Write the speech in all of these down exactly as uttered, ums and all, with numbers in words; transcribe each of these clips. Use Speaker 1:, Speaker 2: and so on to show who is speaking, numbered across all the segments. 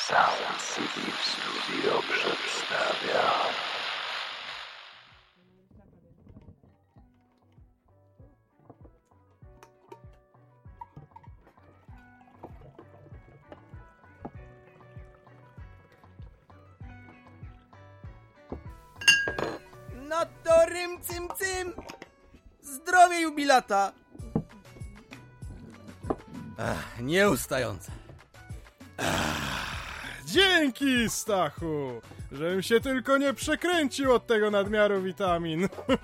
Speaker 1: Sound City Studio przedstawia.
Speaker 2: No to rym cym cym! Zdrowie jubilata! Ach, nieustające.
Speaker 3: Dzięki, Stachu! Żebym się tylko nie przekręcił od tego nadmiaru witamin.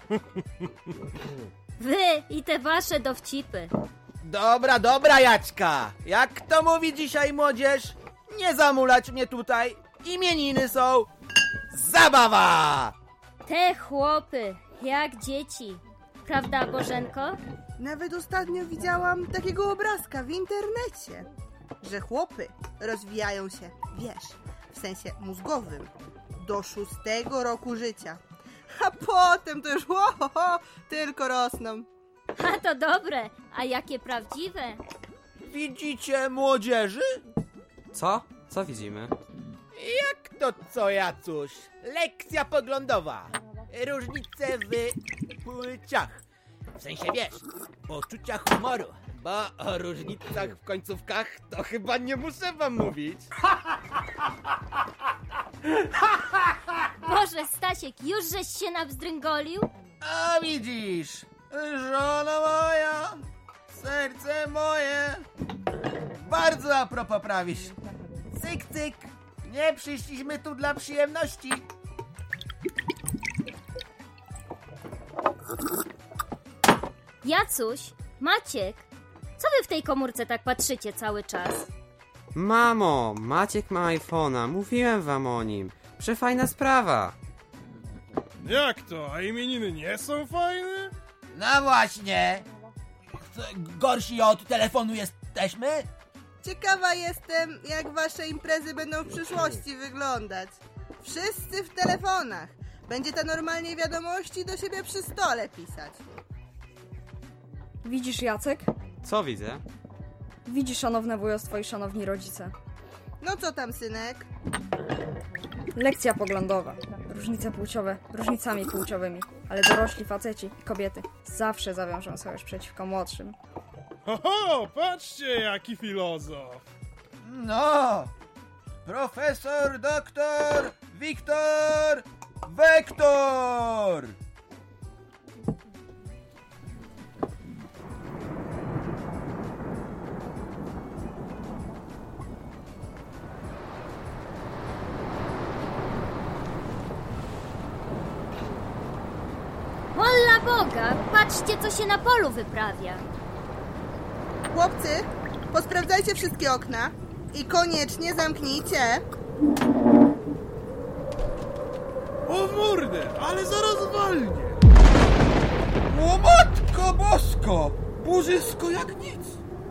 Speaker 4: Wy i te wasze dowcipy.
Speaker 2: Dobra, dobra, Jaćka! Jak to mówi dzisiaj młodzież? Nie zamulać mnie tutaj! Imieniny są! Zabawa!
Speaker 4: Te chłopy, jak dzieci. Prawda, Bożenko?
Speaker 5: Nawet ostatnio widziałam takiego obrazka w internecie, że chłopy rozwijają się, wiesz, w sensie mózgowym, do szóstego roku życia. A potem to już ho, ho, ho, tylko rosną.
Speaker 4: A to dobre, a jakie prawdziwe.
Speaker 2: Widzicie, młodzieży?
Speaker 6: Co? Co widzimy?
Speaker 2: Jak to co, Jacuś? Lekcja poglądowa. Różnice w płciach. W sensie, wiesz, poczucia humoru. Bo o różnicach w końcówkach to chyba nie muszę wam mówić.
Speaker 4: Boże, Stasiek, już żeś się nabzdryngolił?
Speaker 2: A widzisz, żona moja, serce moje. Bardzo a propos prawisz. Cyk, cyk. Nie przyszliśmy tu dla przyjemności.
Speaker 4: Jacuś, Maciek, co wy w tej komórce tak patrzycie cały czas?
Speaker 6: Mamo, Maciek ma iPhone'a, mówiłem wam o nim. Przefajna sprawa.
Speaker 3: Jak to? A imieniny nie są fajne?
Speaker 2: No właśnie. Gorsi od telefonu jesteśmy?
Speaker 5: Ciekawa jestem, jak wasze imprezy będą w przyszłości wyglądać. Wszyscy w telefonach. Będzie ta normalnie wiadomości do siebie przy stole pisać.
Speaker 7: Widzisz, Jacek?
Speaker 6: Co widzę?
Speaker 7: Widzisz, szanowne wujostwo i szanowni rodzice.
Speaker 5: No co tam, synek?
Speaker 7: Lekcja poglądowa. Różnice płciowe różnicami płciowymi, ale dorośli faceci i kobiety zawsze zawiążą sojusz przeciwko młodszym.
Speaker 3: Ho, ho, patrzcie, jaki filozof.
Speaker 2: No. Profesor, doktor, Wiktor, Wektor.
Speaker 4: Wola Boga, patrzcie, co się na polu wyprawia.
Speaker 5: Chłopcy, posprawdzajcie wszystkie okna i koniecznie zamknijcie.
Speaker 3: O mordę, ale zaraz walnie.
Speaker 2: O matko bosko! Burzysko jak nic!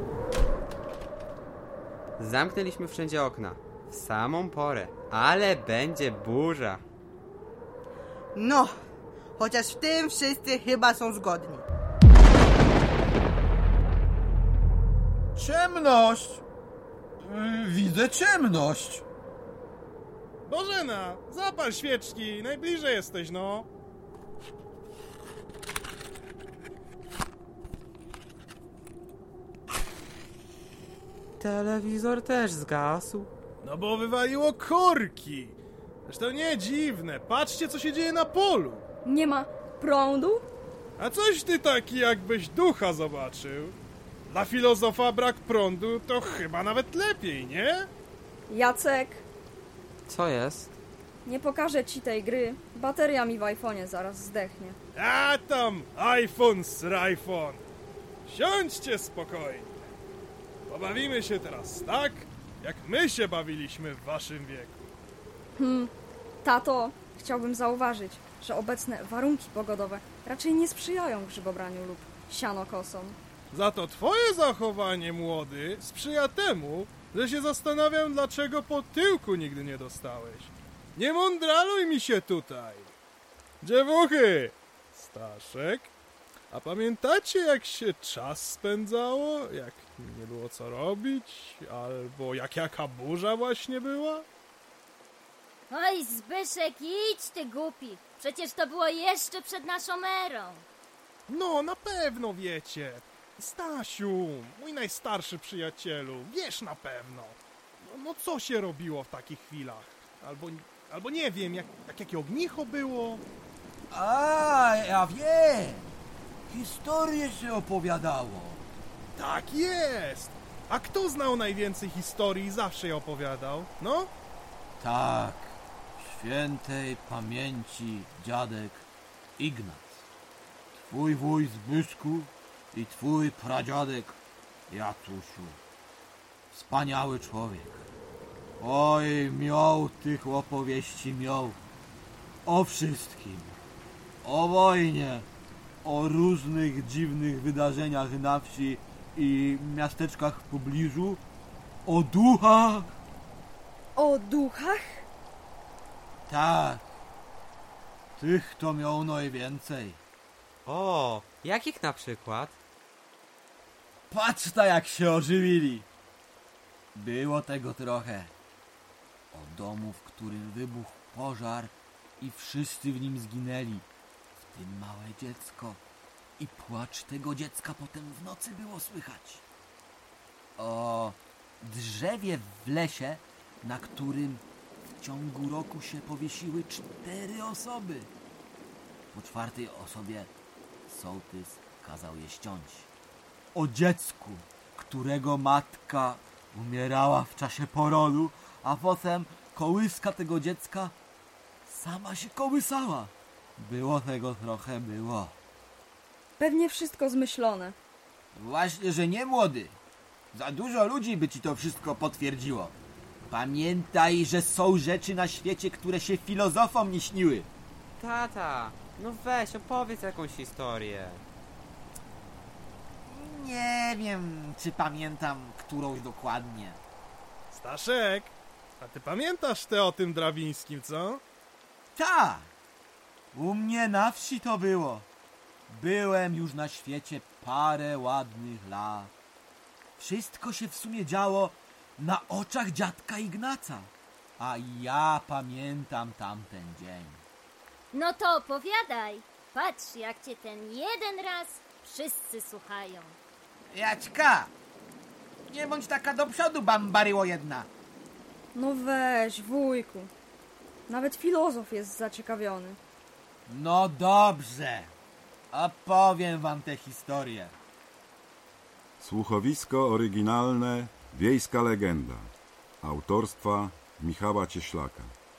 Speaker 6: Zamknęliśmy wszędzie okna. W samą porę. Ale będzie burza.
Speaker 5: No, chociaż w tym wszyscy chyba są zgodni.
Speaker 2: Ciemność! Yy, widzę ciemność!
Speaker 3: Bożena, zapal świeczki, najbliżej jesteś, no.
Speaker 6: Telewizor też zgasł.
Speaker 3: No bo wywaliło korki. Zresztą nie dziwne, patrzcie, co się dzieje na polu.
Speaker 7: Nie ma prądu?
Speaker 3: A coś ty taki, jakbyś ducha zobaczył. Dla filozofa brak prądu to chyba nawet lepiej, nie?
Speaker 7: Jacek,
Speaker 6: Co jest?
Speaker 7: nie pokażę ci tej gry. Bateria mi w iPhone'ie zaraz zdechnie.
Speaker 3: A tam, iPhone z iPhone. Siądźcie spokojnie. Pobawimy się teraz tak, jak my się bawiliśmy w waszym wieku.
Speaker 7: Hmm, tato, chciałbym zauważyć, że obecne warunki pogodowe raczej nie sprzyjają grzybobraniu lub sianokosom.
Speaker 3: Za to twoje zachowanie, młody, sprzyja temu, że się zastanawiam, dlaczego po tyłku nigdy nie dostałeś. Nie mądraluj mi się tutaj. Dziewuchy, Staszek, a pamiętacie, jak się czas spędzało? Jak nie było co robić, albo jak jaka burza właśnie była?
Speaker 4: Oj, Zbyszek, idź ty głupi. Przecież to było jeszcze przed naszą erą.
Speaker 3: No, na pewno wiecie. Stasiu, mój najstarszy przyjacielu, wiesz na pewno. No, no co się robiło w takich chwilach? Albo, albo nie wiem, jak, jak jakie ognicho było?
Speaker 8: A, ja wiem. Historię się opowiadało.
Speaker 3: Tak jest! A kto znał najwięcej historii i zawsze je opowiadał? No?
Speaker 8: Tak, świętej pamięci dziadek Ignac. Twój wuj Zbyszku i twój pradziadek Jacusiu. Wspaniały człowiek. Oj, miał tych opowieści, miał. O wszystkim. O wojnie. O różnych dziwnych wydarzeniach na wsi i miasteczkach w pobliżu. O duchach.
Speaker 7: O duchach?
Speaker 8: Tak. Tych to miał najwięcej.
Speaker 6: O, jakich na przykład?
Speaker 8: Patrz ta jak się ożywili. Było tego trochę. O domu, w którym wybuchł pożar i wszyscy w nim zginęli. W tym małe dziecko. I płacz tego dziecka potem w nocy było słychać. O drzewie w lesie, na którym w ciągu roku się powiesiły cztery osoby. Po czwartej osobie sołtys kazał je ściąć. O dziecku, którego matka umierała w czasie porodu, a potem kołyska tego dziecka sama się kołysała. Było tego trochę, było.
Speaker 7: Pewnie wszystko zmyślone.
Speaker 8: Właśnie, że nie, młody. Za dużo ludzi by ci to wszystko potwierdziło. Pamiętaj, że są rzeczy na świecie, które się filozofom nie śniły.
Speaker 6: Tata, no weź, opowiedz jakąś historię.
Speaker 8: Nie wiem, czy pamiętam którąś dokładnie.
Speaker 3: Staszek, a ty pamiętasz te o tym Drabińskim, co?
Speaker 8: Tak! U mnie na wsi to było. Byłem już na świecie parę ładnych lat. Wszystko się w sumie działo na oczach dziadka Ignaca. A ja pamiętam tamten dzień.
Speaker 4: No to opowiadaj. Patrz, jak cię ten jeden raz wszyscy słuchają.
Speaker 8: Jaćka! Nie bądź taka do przodu, bambaryło jedna.
Speaker 7: No weź, wujku. Nawet filozof jest zaciekawiony.
Speaker 8: No dobrze. Opowiem wam tę historię.
Speaker 9: Słuchowisko oryginalne Wiejska legenda autorstwa Michała Cieślaka.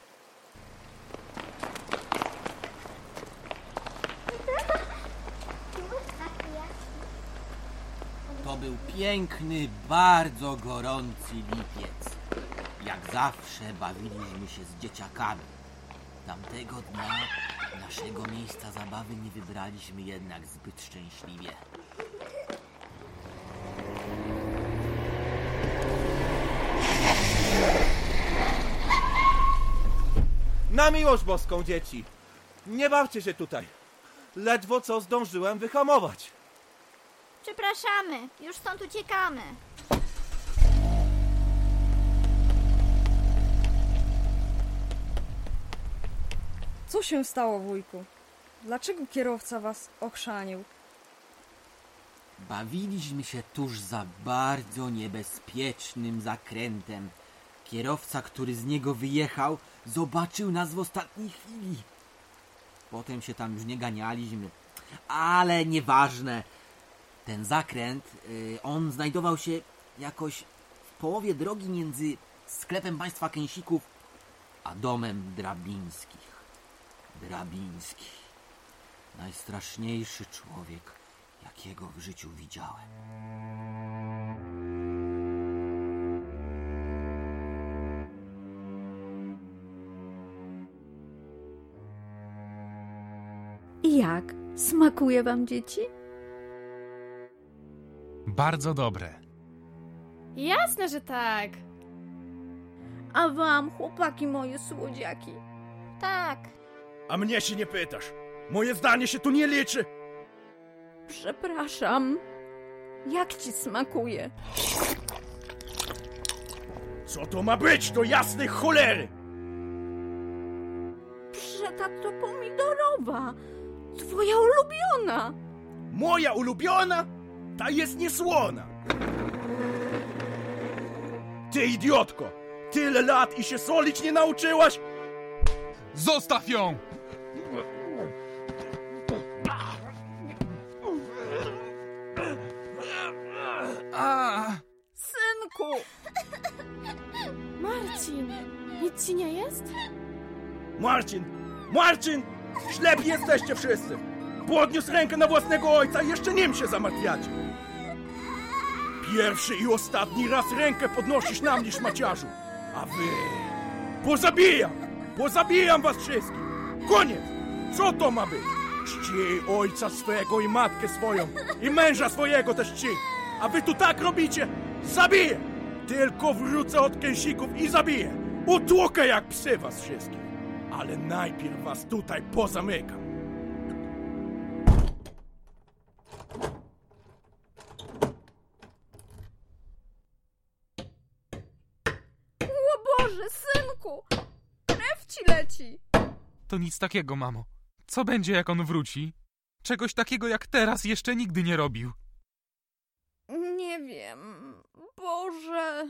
Speaker 8: To był piękny, bardzo gorący lipiec. Jak zawsze bawiliśmy się z dzieciakami. Tamtego dnia naszego miejsca zabawy nie wybraliśmy jednak zbyt szczęśliwie.
Speaker 10: Na miłość boską, dzieci! Nie bawcie się tutaj. Ledwo co zdążyłem wyhamować.
Speaker 11: Przepraszamy, już stąd uciekamy.
Speaker 7: Co się stało, wujku? Dlaczego kierowca was ochrzanił?
Speaker 8: Bawiliśmy się tuż za bardzo niebezpiecznym zakrętem. Kierowca, który z niego wyjechał, zobaczył nas w ostatniej chwili. Potem się tam już nie ganialiśmy. Ale nieważne. Ten zakręt, yy, on znajdował się jakoś w połowie drogi między sklepem państwa Kęsików a domem Drabińskich. Drabiński. Najstraszniejszy człowiek, jakiego w życiu widziałem.
Speaker 12: I jak? Smakuje wam, dzieci?
Speaker 13: Bardzo dobre.
Speaker 14: Jasne, że tak.
Speaker 12: A wam, chłopaki moje słodziaki?
Speaker 11: Tak.
Speaker 10: A mnie się nie pytasz. Moje zdanie się tu nie liczy.
Speaker 12: Przepraszam. Jak ci smakuje?
Speaker 13: Co to ma być, do jasnej cholery?
Speaker 12: Przeta to pomidorowa. Twoja ulubiona.
Speaker 13: Moja ulubiona? Ta jest niesłona. Ty idiotko! Tyle lat i się solić nie nauczyłaś?
Speaker 15: Zostaw ją!
Speaker 12: A. Synku!
Speaker 14: Marcin, nic ci nie jest?
Speaker 13: Marcin! Marcin! Ślepi jesteście wszyscy! Podniósł rękę na własnego ojca i jeszcze nim się zamartwiacie! Pierwszy i ostatni raz rękę podnosisz na mnie, szmaciarzu! A wy... Pozabijam! Pozabijam was wszystkich! Koniec! Co to ma być? Czci ojca swego i matkę swoją i męża swojego też czci! A wy tu tak robicie? Zabiję! Tylko wrócę od kęsików i zabiję! Utłukę jak psy was wszystkich! Ale najpierw was tutaj pozamykam!
Speaker 12: O Boże, synku! Krew ci leci!
Speaker 15: To nic takiego, mamo. Co będzie, jak on wróci? Czegoś takiego jak teraz jeszcze nigdy nie robił.
Speaker 12: Nie wiem... Boże...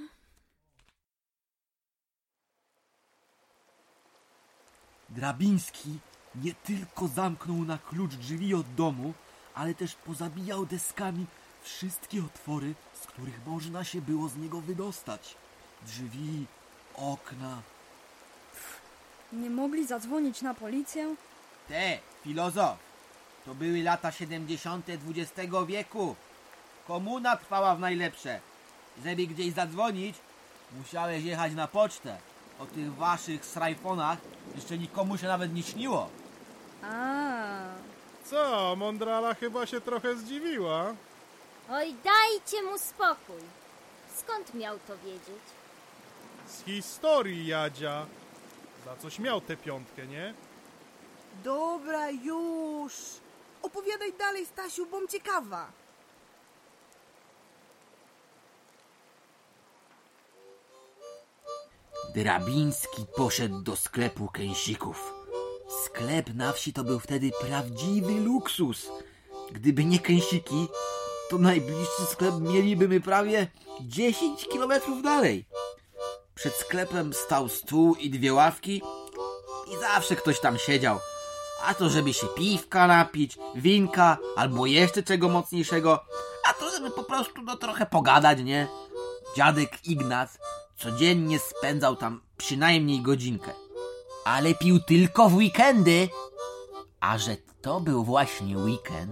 Speaker 8: Drabiński nie tylko zamknął na klucz drzwi od domu, ale też pozabijał deskami wszystkie otwory, z których można się było z niego wydostać. Drzwi, okna.
Speaker 7: Nie mogli zadzwonić na policję?
Speaker 2: Te, filozof, to były lata siedemdziesiąte dwudziestego wieku. Komuna trwała w najlepsze. Żeby gdzieś zadzwonić, musiałeś jechać na pocztę. O tych waszych srajfonach jeszcze nikomu się nawet nie śniło.
Speaker 7: A.
Speaker 3: Co, Mondrala chyba się trochę zdziwiła?
Speaker 4: Oj, dajcie mu spokój. Skąd miał to wiedzieć?
Speaker 3: Z historii, Jadzia. Za coś miał tę piątkę, nie?
Speaker 5: Dobra, już. Opowiadaj dalej, Stasiu, bom ciekawa.
Speaker 8: Drabiński poszedł do sklepu kęsików. Sklep na wsi to był wtedy prawdziwy luksus. Gdyby nie kęsiki, to najbliższy sklep mieliby my prawie dziesięć kilometrów dalej. Przed sklepem stał stół i dwie ławki i zawsze ktoś tam siedział. A to żeby się piwka napić, winka albo jeszcze czego mocniejszego, a to żeby po prostu no trochę pogadać, nie? Dziadek Ignac codziennie spędzał tam przynajmniej godzinkę. Ale pił tylko w weekendy. A że to był właśnie weekend...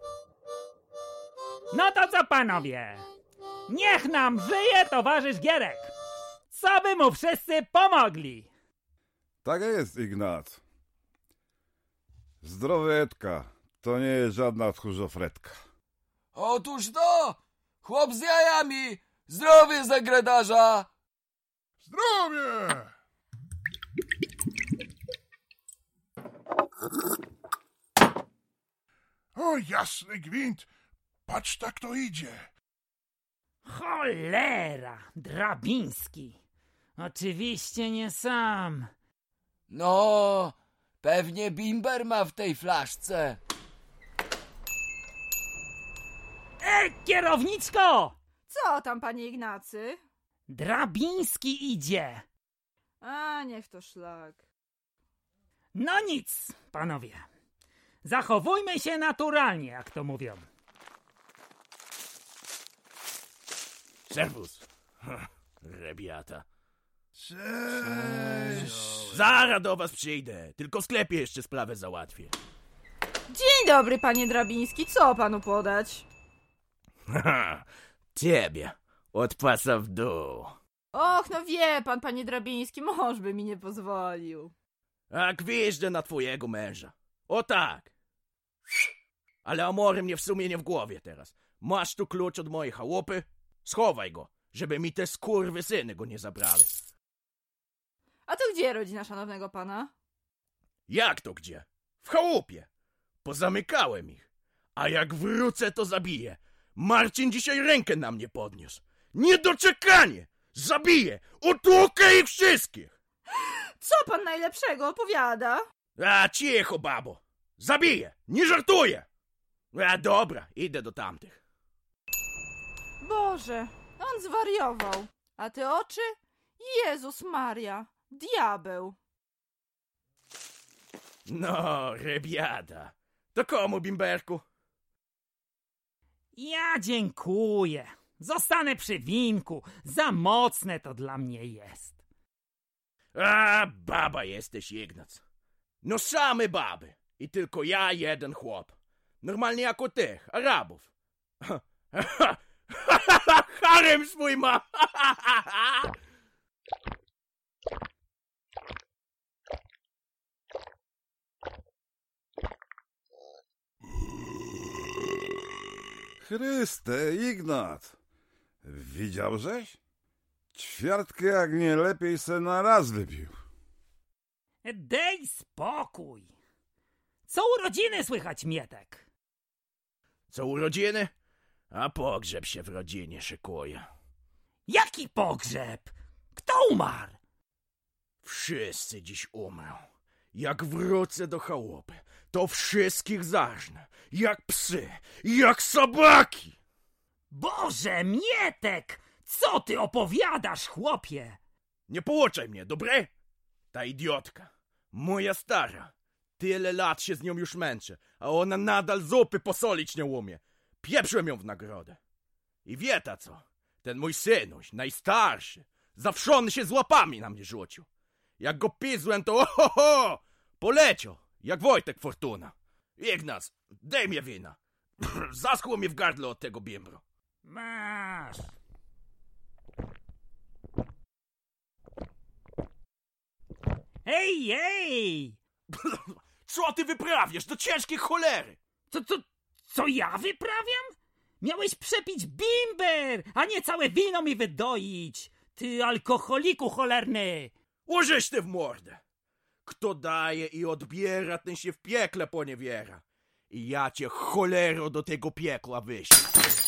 Speaker 16: No to co, panowie? Niech nam żyje towarzysz Gierek! Co by mu wszyscy pomogli?
Speaker 9: Tak jest, Ignac. Zdrowieczka, to nie jest żadna tchórzofretka.
Speaker 17: Otóż to! Chłop z jajami! Zdrowie zagredarza!
Speaker 18: Zdrowie! O, jasny gwint! Patrz, tak to idzie.
Speaker 16: Cholera, Drabiński. Oczywiście nie sam.
Speaker 17: No, pewnie bimber ma w tej flaszce.
Speaker 16: E, kierowniczko!
Speaker 19: Co tam, panie Ignacy?
Speaker 16: Drabiński idzie.
Speaker 19: A, niech to szlak.
Speaker 16: No nic, panowie. Zachowujmy się naturalnie, jak to mówią.
Speaker 13: Serwus. Rebiata.
Speaker 18: Cześć.
Speaker 13: Zaraz do was przyjdę. Tylko w sklepie jeszcze sprawę załatwię.
Speaker 19: Dzień dobry, panie Drabiński. Co panu podać?
Speaker 13: Haha, ciebie. Od pasa w dół.
Speaker 19: Och, no wie pan, panie Drabiński, mąż by mi nie pozwolił.
Speaker 13: A gwieźdzę na twojego męża. O tak. Ale amory mnie w sumie nie w głowie teraz. Masz tu klucz od mojej chałupy? Schowaj go, żeby mi te skurwysyny go nie zabrali.
Speaker 19: A to gdzie rodzina szanownego pana?
Speaker 13: Jak to gdzie? W chałupie. Pozamykałem ich. A jak wrócę, to zabiję. Marcin dzisiaj rękę na mnie podniósł. Niedoczekanie! Zabiję! Utłukę ich wszystkich!
Speaker 19: Co pan najlepszego opowiada?
Speaker 13: A cicho, babo! Zabiję! Nie żartuję! A dobra, idę do tamtych.
Speaker 19: Boże, on zwariował. A te oczy? Jezus Maria, diabeł.
Speaker 13: No, rebiada. To komu, bimberku?
Speaker 16: Ja dziękuję. Zostanę przy winku. Za mocne to dla mnie jest.
Speaker 13: A, baba jesteś, Ignac. No same baby. I tylko ja jeden chłop. Normalnie jak u tych, Arabów. Harem swój ma.
Speaker 9: Chryste, Ignat! Widziałżeś? Ćwiartkę jak nie lepiej se na raz wypił.
Speaker 16: Dej spokój. Co urodziny słychać, Mietek?
Speaker 13: Co urodziny? A pogrzeb się w rodzinie szykuje.
Speaker 16: Jaki pogrzeb? Kto umarł?
Speaker 13: Wszyscy dziś umrą. Jak wrócę do chałupy, to wszystkich zarżnę. Jak psy, jak sobaki.
Speaker 16: Boże, Mietek! Co ty opowiadasz, chłopie?
Speaker 13: Nie pouczaj mnie, dobre? Ta idiotka, moja stara. Tyle lat się z nią już męczę, a ona nadal zupy posolić nie umie. Pieprzyłem ją w nagrodę. I wie ta co? Ten mój synuś, najstarszy, zawszony się z łapami na mnie rzucił. Jak go pizłem, to ohoho, poleciał, jak Wojtek Fortuna. Ignac, daj mnie wina. Zaschło mi w gardle od tego bimbru.
Speaker 16: Masz. Ej, ej!
Speaker 13: Co ty wyprawiasz do ciężkiej cholery?
Speaker 16: Co, co, co ja wyprawiam? Miałeś przepić bimber, a nie całe wino mi wydoić. Ty alkoholiku cholerny.
Speaker 13: Łożysz ty w mordę. Kto daje i odbiera, ten się w piekle poniewiera. I ja cię cholero do tego piekla wyślę.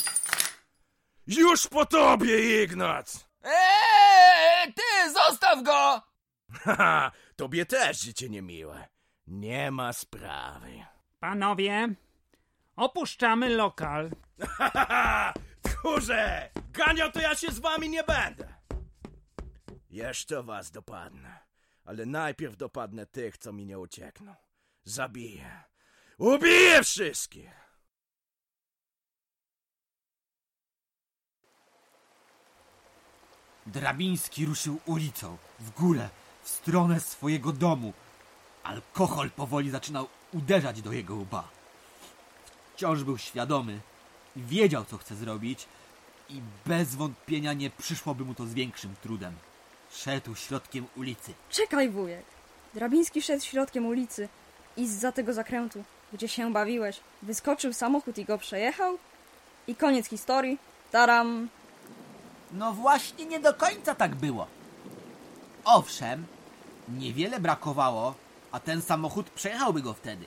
Speaker 13: Już po tobie, Ignac!
Speaker 17: Eee, ty, zostaw go!
Speaker 13: Haha, tobie też życie niemiłe. Nie ma sprawy.
Speaker 16: Panowie, opuszczamy lokal.
Speaker 13: Haha, tchórze! Ganiał to ja się z wami nie będę. Jeszcze was dopadnę. Ale najpierw dopadnę tych, co mi nie uciekną. Zabiję. Ubiję wszystkich!
Speaker 8: Drabiński ruszył ulicą, w górę, w stronę swojego domu. Alkohol powoli zaczynał uderzać do jego łba. Wciąż był świadomy i wiedział, co chce zrobić i bez wątpienia nie przyszłoby mu to z większym trudem. Szedł środkiem ulicy.
Speaker 7: Czekaj, wujek. Drabiński szedł środkiem ulicy i zza tego zakrętu, gdzie się bawiłeś, wyskoczył samochód i go przejechał? I koniec historii. Taram!
Speaker 8: No właśnie nie do końca tak było. Owszem, niewiele brakowało, a ten samochód przejechałby go wtedy.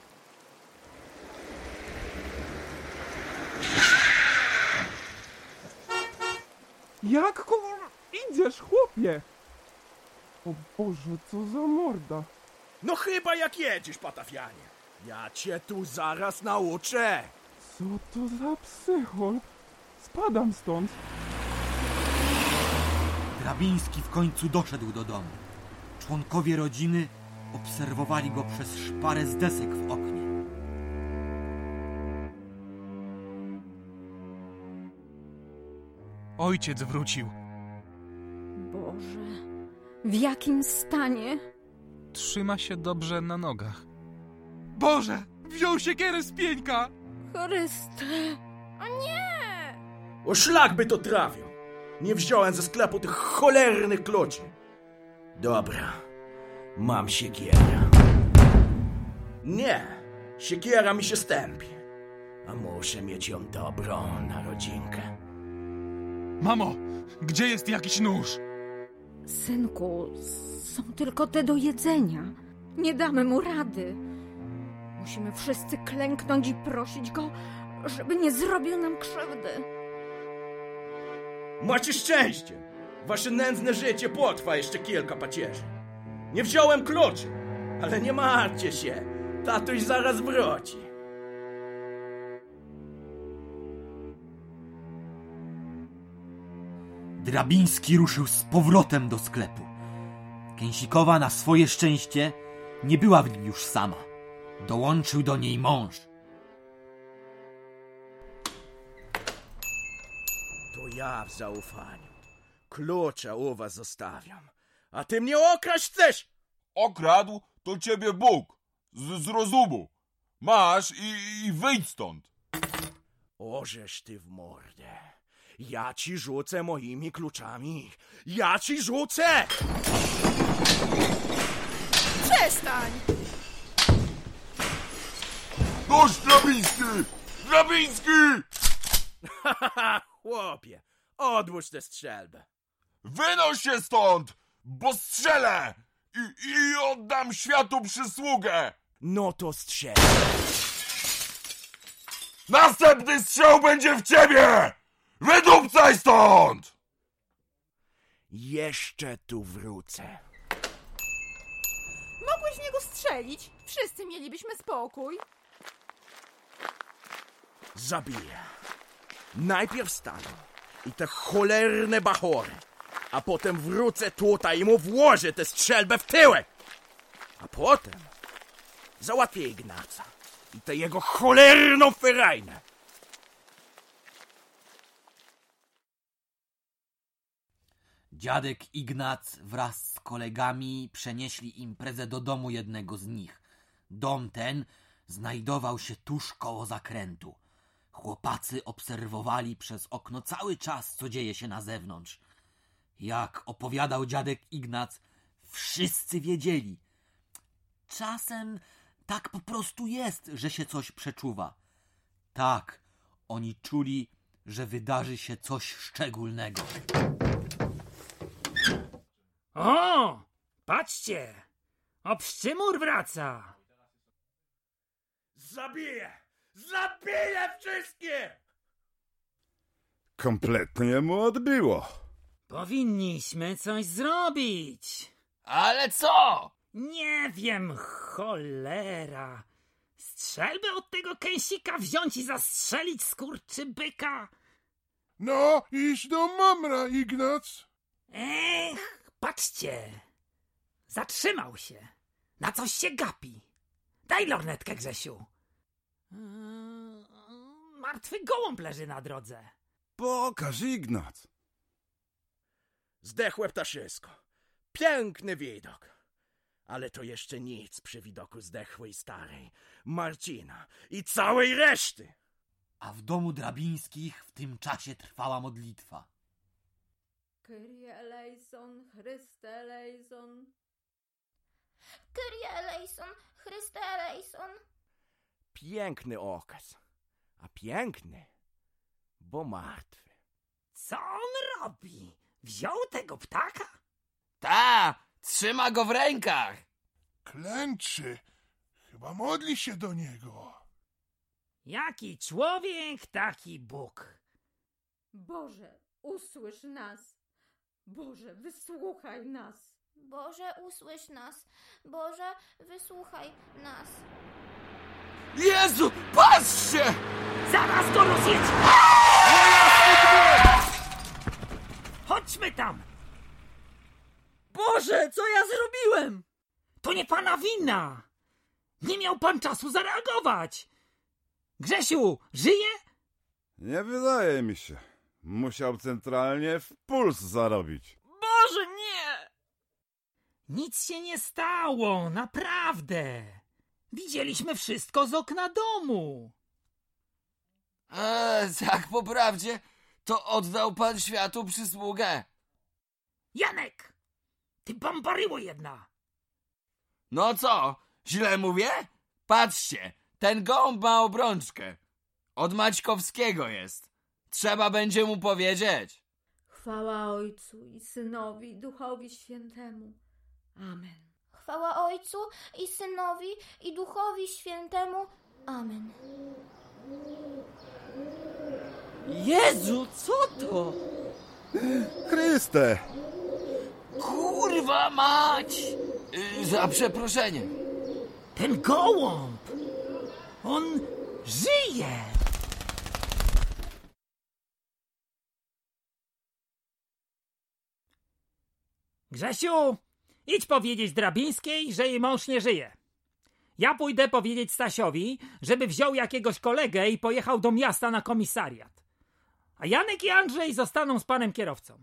Speaker 15: Jak kur... idziesz, chłopie? O Boże, co za morda.
Speaker 13: No chyba jak jedziesz, patafianie. Ja cię tu zaraz nauczę.
Speaker 15: Co to za psychol? Spadam stąd.
Speaker 8: Drabiński w końcu doszedł do domu. Członkowie rodziny obserwowali go przez szparę z desek w oknie.
Speaker 15: Ojciec wrócił.
Speaker 12: Boże, w jakim stanie?
Speaker 15: Trzyma się dobrze na nogach. Boże, wziął siekierę z pieńka!
Speaker 12: Chryste!
Speaker 11: O nie!
Speaker 13: O szlak by to trafił. Nie wziąłem ze sklepu tych cholernych kluczy. Dobra, mam siekierę. Nie, siekiera mi się stępi. A muszę mieć ją dobrą na rodzinkę.
Speaker 15: Mamo, gdzie jest jakiś nóż?
Speaker 12: Synku, są tylko te do jedzenia. Nie damy mu rady. Musimy wszyscy klęknąć i prosić go, żeby nie zrobił nam krzywdy.
Speaker 13: Macie szczęście! Wasze nędzne życie potrwa jeszcze kilka pacierzy. Nie wziąłem kluczy, ale nie martwcie się, tatuś zaraz wróci.
Speaker 8: Drabiński ruszył z powrotem do sklepu. Kęsikowa na swoje szczęście nie była w nim już sama. Dołączył do niej mąż.
Speaker 13: To ja w zaufaniu. Klucze u was zostawiam. A ty mnie okraść chcesz?
Speaker 20: Okradł to ciebie Bóg. Z, z rozumu. Masz i, i wyjdź stąd.
Speaker 13: Ożeż ty w mordę. Ja ci rzucę moimi kluczami. Ja ci rzucę!
Speaker 19: Przestań!
Speaker 20: Dość, Drabiński! Drabiński!
Speaker 13: Haha, chłopie, odłóż tę strzelbę.
Speaker 20: Wynoś się stąd, bo strzelę i, i oddam światu przysługę.
Speaker 13: No to strzel.
Speaker 20: Następny strzał będzie w ciebie! Wydupcaj stąd!
Speaker 13: Jeszcze tu wrócę.
Speaker 19: Mogłeś w niego strzelić. Wszyscy mielibyśmy spokój.
Speaker 13: Zabiję. Najpierw stanę i te cholerne bachory, a potem wrócę tutaj i mu włożę tę strzelbę w tyłek. A potem załatwię Ignaca i tę jego cholerną ferajnę.
Speaker 8: Dziadek Ignac wraz z kolegami przenieśli imprezę do domu jednego z nich. Dom ten znajdował się tuż koło zakrętu. Chłopacy obserwowali przez okno cały czas, co dzieje się na zewnątrz. Jak opowiadał dziadek Ignac, wszyscy wiedzieli. Czasem tak po prostu jest, że się coś przeczuwa. Tak, oni czuli, że wydarzy się coś szczególnego.
Speaker 16: O, patrzcie! Obszczymur wraca!
Speaker 13: Zabiję! Zabiję wszystkich!
Speaker 9: Kompletnie mu odbiło.
Speaker 16: Powinniśmy coś zrobić.
Speaker 17: Ale co?
Speaker 16: Nie wiem, cholera. Strzelbę od tego kęsika wziąć i zastrzelić skurczybyka?
Speaker 18: No, idź do mamra, Ignac.
Speaker 16: Ech, patrzcie. Zatrzymał się. Na coś się gapi. Daj lornetkę, Grzesiu. Eee, martwy gołąb leży na drodze.
Speaker 9: Pokaż, Ignac.
Speaker 13: Zdechłe ptaszysko. Piękny widok. Ale to jeszcze nic przy widoku zdechłej starej Marcina i całej reszty.
Speaker 8: A w domu Drabińskich w tym czasie trwała modlitwa.
Speaker 12: Kyrie eleison, Chryste eleison.
Speaker 4: Kyrie eleison, Chryste eleison.
Speaker 13: Piękny okaz. A piękny, bo martwy.
Speaker 16: Co on robi? Wziął tego ptaka?
Speaker 17: Ta, trzyma go w rękach.
Speaker 18: Klęczy. Chyba modli się do niego.
Speaker 16: Jaki człowiek, taki Bóg.
Speaker 12: Boże, usłysz nas. Boże, wysłuchaj nas.
Speaker 4: Boże, usłysz nas. Boże, wysłuchaj nas.
Speaker 17: Jezu, patrzcie!
Speaker 16: Zaraz go rozjedź! Chodźmy tam!
Speaker 7: Boże, co ja zrobiłem?
Speaker 16: To nie pana wina! Nie miał pan czasu zareagować! Grzesiu, żyje?
Speaker 9: Nie wydaje mi się. Musiał centralnie w puls zarobić.
Speaker 7: Boże, nie!
Speaker 16: Nic się nie stało, naprawdę. Widzieliśmy wszystko z okna domu.
Speaker 17: Eee, tak po prawdzie, to oddał pan światu przysługę.
Speaker 16: Janek! Ty bambaryło jedna!
Speaker 17: No co, źle mówię? Patrzcie, ten gołąb ma obrączkę. Od Maćkowskiego jest. Trzeba będzie mu powiedzieć.
Speaker 12: Chwała Ojcu i Synowi, i Duchowi Świętemu. Amen.
Speaker 4: Chwała Ojcu i Synowi i Duchowi Świętemu. Amen.
Speaker 16: Jezu, co to?
Speaker 9: Chryste!
Speaker 17: Kurwa mać! Yy, za przeproszeniem.
Speaker 16: Ten gołąb! On żyje! Grzesiu, idź powiedzieć Drabińskiej, że jej mąż nie żyje. Ja pójdę powiedzieć Stasiowi, żeby wziął jakiegoś kolegę i pojechał do miasta na komisariat. A Janek i Andrzej zostaną z panem kierowcą.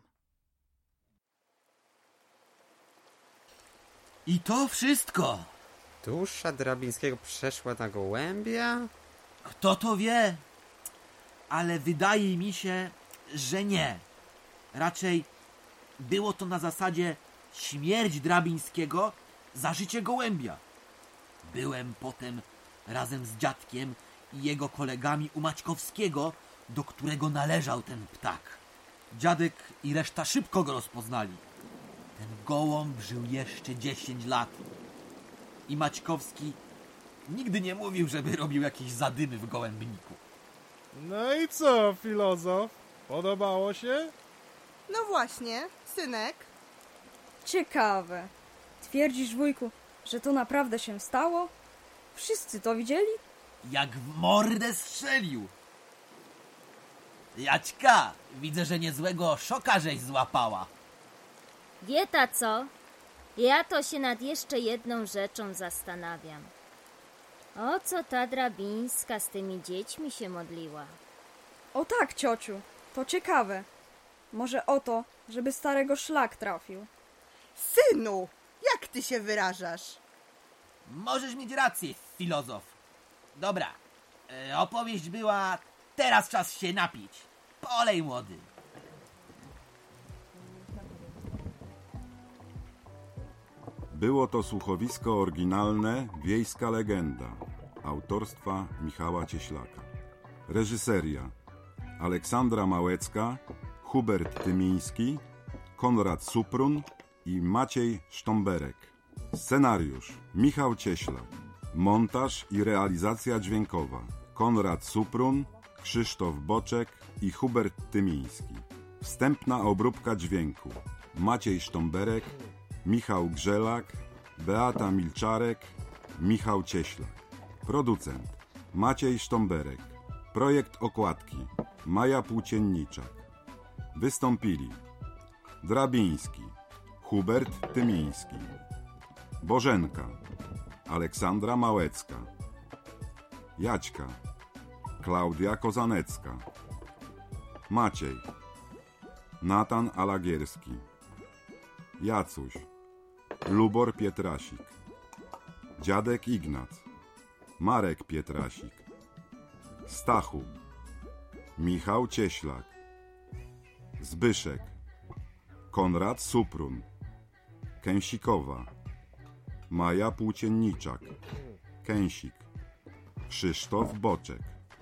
Speaker 8: I to wszystko.
Speaker 6: Dusza Drabińskiego przeszła na gołębia?
Speaker 8: Kto to wie? Ale wydaje mi się, że nie. Raczej było to na zasadzie śmierć Drabińskiego za życie gołębia. Byłem potem razem z dziadkiem i jego kolegami u Maćkowskiego, do którego należał ten ptak. Dziadek i reszta szybko go rozpoznali. Ten gołąb żył jeszcze dziesięć lat. I Maćkowski nigdy nie mówił, żeby robił jakieś zadymy w gołębniku.
Speaker 3: No i co, filozof? Podobało się?
Speaker 5: No właśnie, synek.
Speaker 7: Ciekawe. Twierdzisz, wujku, że to naprawdę się stało? Wszyscy to widzieli?
Speaker 8: Jak w mordę strzelił. Jaćka, widzę, że niezłego szoka żeś złapała.
Speaker 4: Wie ta co? Ja to się nad jeszcze jedną rzeczą zastanawiam. O co ta Drabińska z tymi dziećmi się modliła?
Speaker 7: O tak, ciociu, to ciekawe. Może o to, żeby starego szlak trafił.
Speaker 5: Synu, jak ty się wyrażasz?
Speaker 8: Możesz mieć rację, filozof. Dobra, e, opowieść była, teraz czas się napić. Polej, młody.
Speaker 9: Było to słuchowisko oryginalne Wiejska legenda autorstwa Michała Cieślaka. Reżyseria Aleksandra Małecka, Hubert Tymiński, Konrad Suprun i Maciej Sztomberek. Scenariusz Michał Cieślak. Montaż i realizacja dźwiękowa Konrad Suprun, Krzysztof Boczek i Hubert Tymiński. Wstępna obróbka dźwięku Maciej Sztomberek, Michał Grzelak, Beata Milczarek, Michał Cieślak. Producent Maciej Sztomberek. Projekt okładki Maja Płócienniczak. Wystąpili Drabiński, Hubert Tymiński, Bożenka, Aleksandra Małecka, Jaćka, Klaudia Kozanecka, Maciej, Natan Alagierski, Jacuś, Lubor Pietrasik, Dziadek Ignac, Marek Pietrasik, Stachu, Michał Cieślak, Zbyszek, Konrad Suprun, Kęsikowa, Maja Płócienniczak, Kęsik, Krzysztof Boczek,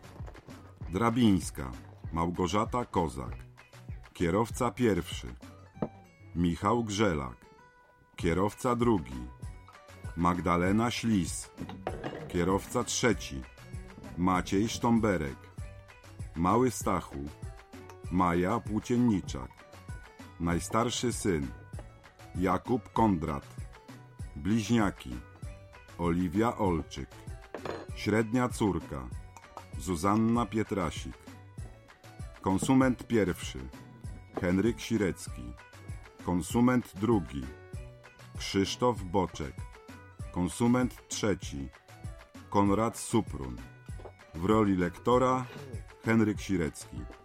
Speaker 9: Drabińska, Małgorzata Kozak, kierowca pierwszy, Michał Grzelak, kierowca drugi, Magdalena Ślis, kierowca trzeci, Maciej Sztomberek, Mały Stachu, Maja Płócienniczak, najstarszy syn, Jakub Kondrat, bliźniaki, Oliwia Olczyk, średnia córka, Zuzanna Pietrasik, konsument pierwszy, Henryk Sirecki, konsument drugi, Krzysztof Boczek, konsument trzeci, Konrad Suprun, w roli lektora Henryk Sirecki.